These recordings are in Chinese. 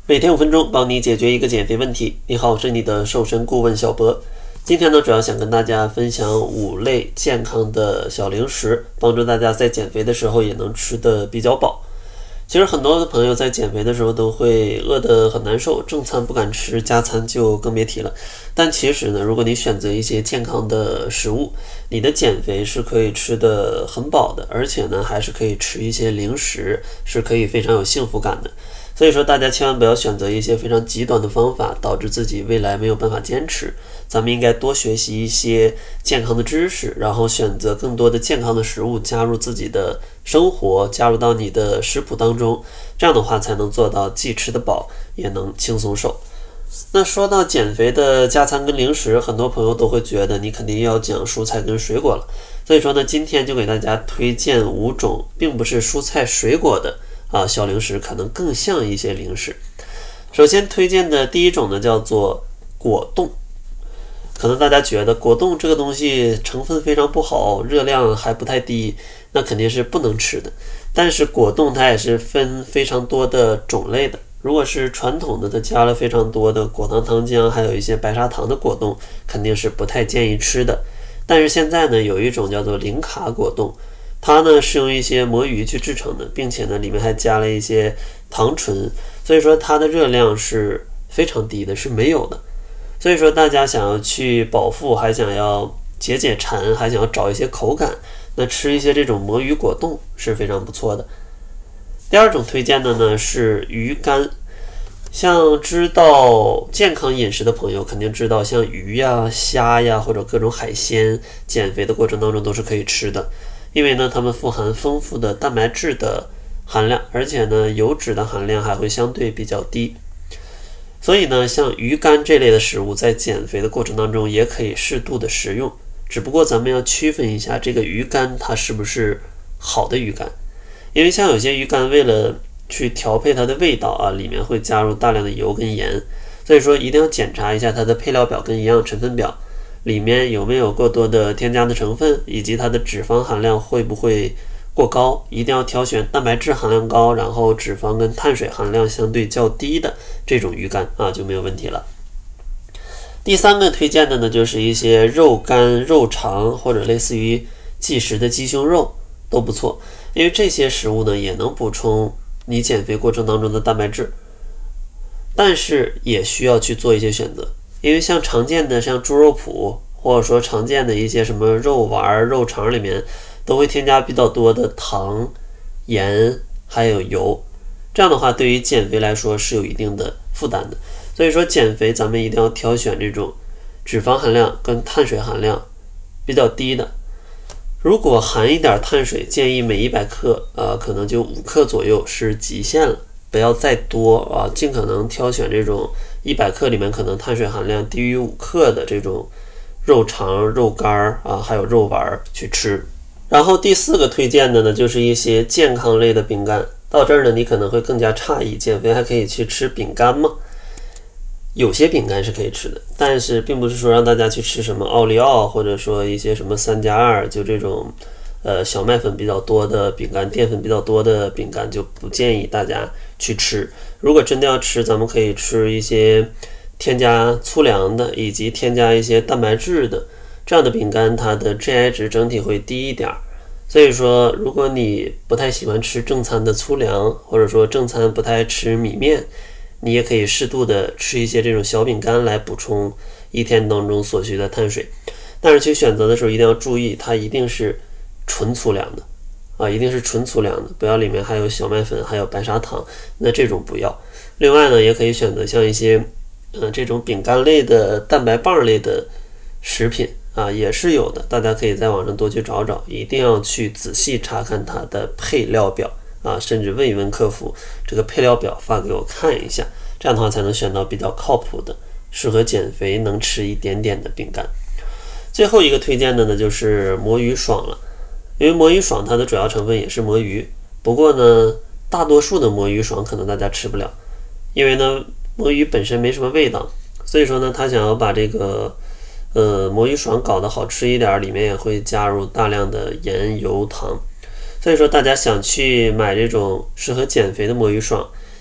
每天5分钟，帮你解决一个减肥问题。你好，我是你的瘦身顾问小博。今天呢，主要想跟大家分享5类健康的小零食，帮助大家在减肥的时候也能吃得比较饱。其实很多的朋友在减肥的时候都会饿得很难受，正餐不敢吃，加餐就更别提了。但其实呢，如果你选择一些健康的食物，你的减肥是可以吃得很饱的，而且呢，还是可以吃一些零食，是可以非常有幸福感的。所以说大家千万不要选择一些非常极端的方法，导致自己未来没有办法坚持。咱们应该多学习一些健康的知识，然后选择更多的健康的食物加入自己的生活，加入到你的食谱当中，这样的话才能做到既吃得饱也能轻松瘦。那说到减肥的加餐跟零食，很多朋友都会觉得你肯定要讲蔬菜跟水果了。所以说呢，今天就给大家推荐5种并不是蔬菜水果的小零食，可能更像一些零食。首先推荐的第一种呢，叫做果冻。可能大家觉得果冻这个东西成分非常不好，热量还不太低，那肯定是不能吃的。但是果冻它也是分非常多的种类的。如果是传统的，它加了非常多的果糖糖浆，还有一些白砂糖的果冻，肯定是不太建议吃的。但是现在呢，有一种叫做零卡果冻，它呢是用一些魔芋去制成的，并且呢里面还加了一些糖醇，所以说它的热量是非常低的，是没有的。所以说大家想要去饱腹，还想要解解馋，还想要找一些口感，那吃一些这种魔芋果冻是非常不错的。第二种推荐的呢是鱼干。像知道健康饮食的朋友肯定知道，像鱼呀、虾呀或者各种海鲜，减肥的过程当中都是可以吃的，因为呢它们富含丰富的蛋白质的含量，而且呢油脂的含量还会相对比较低。所以呢，像鱼干这类的食物在减肥的过程当中也可以适度的食用，只不过咱们要区分一下这个鱼干它是不是好的鱼干。因为像有些鱼干为了去调配它的味道里面会加入大量的油跟盐，所以说一定要检查一下它的配料表跟营养成分表，里面有没有过多的添加的成分，以及它的脂肪含量会不会过高，一定要挑选蛋白质含量高，然后脂肪跟碳水含量相对较低的这种鱼干就没有问题了。第3个推荐的呢，就是一些肉干、肉肠或者类似于即食的鸡胸肉都不错，因为这些食物呢也能补充你减肥过程当中的蛋白质，但是也需要去做一些选择。因为像常见的像猪肉脯，或者说常见的一些什么肉丸、肉肠里面都会添加比较多的糖、盐还有油，这样的话对于减肥来说是有一定的负担的。所以说减肥咱们一定要挑选这种脂肪含量跟碳水含量比较低的。如果含一点碳水，建议每100克可能就5克左右是极限了，不要再多尽可能挑选这种100克里面可能碳水含量低于5克的这种肉肠、肉干还有肉丸去吃。然后第4个推荐的呢，就是一些健康类的饼干。到这儿呢，你可能会更加诧异，减肥还可以去吃饼干吗？有些饼干是可以吃的，但是并不是说让大家去吃什么奥利奥，或者说一些什么3+2，就这种小麦粉比较多的饼干，淀粉比较多的饼干就不建议大家去吃。如果真的要吃，咱们可以吃一些添加粗粮的，以及添加一些蛋白质的，这样的饼干它的 GI 值整体会低一点。所以说如果你不太喜欢吃正餐的粗粮，或者说正餐不太吃米面，你也可以适度的吃一些这种小饼干来补充一天当中所需的碳水。但是去选择的时候一定要注意，它一定是纯粗粮的一定是纯粗粮的，不要里面还有小麦粉还有白砂糖，那这种不要。另外呢，也可以选择像一些这种饼干类的蛋白棒类的食品也是有的，大家可以在网上多去找找，一定要去仔细查看它的配料表甚至问一问客服，这个配料表发给我看一下，这样的话才能选到比较靠谱的适合减肥能吃一点点的饼干。最后一个推荐的呢，就是魔芋爽了。因为魔芋爽它的主要成分也是魔芋，不过呢大多数的魔芋爽可能大家吃不了，因为呢魔芋本身没什么味道，所以说呢他想要把这个魔芋爽搞得好吃一点，里面也会加入大量的盐、油、糖。所以说大家想去买这种适合减肥的魔芋爽，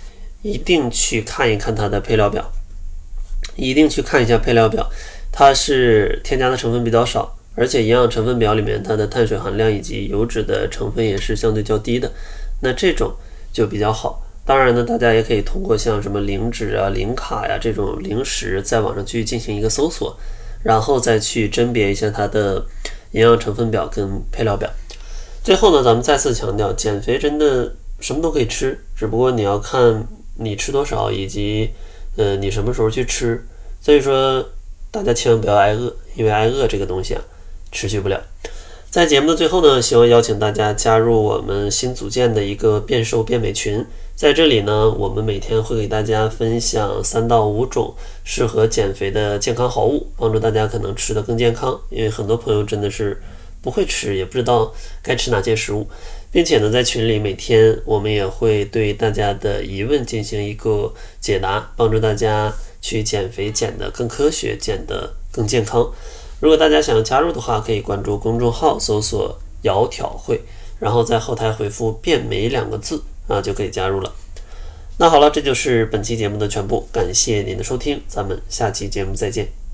一定去看一看它的配料表，一定去看一下配料表，它是添加的成分比较少，而且营养成分表里面它的碳水含量以及油脂的成分也是相对较低的，那这种就比较好。当然呢，大家也可以通过像什么零脂啊、零卡呀这种零食，在网上去进行一个搜索，然后再去甄别一下它的营养成分表跟配料表。最后呢，咱们再次强调，减肥真的什么都可以吃，只不过你要看你吃多少，以及你什么时候去吃。所以说大家千万不要挨饿，因为挨饿这个东西持续不了。在节目的最后呢，希望邀请大家加入我们新组建的一个变瘦变美群。在这里呢，我们每天会给大家分享3到5种适合减肥的健康好物，帮助大家可能吃得更健康。因为很多朋友真的是不会吃，也不知道该吃哪些食物，并且呢，在群里每天我们也会对大家的疑问进行一个解答，帮助大家去减肥，减得更科学，减得更健康。如果大家想要加入的话，可以关注公众号，搜索窈窕会，然后在后台回复变美2个字就可以加入了。那好了，这就是本期节目的全部，感谢您的收听，咱们下期节目再见。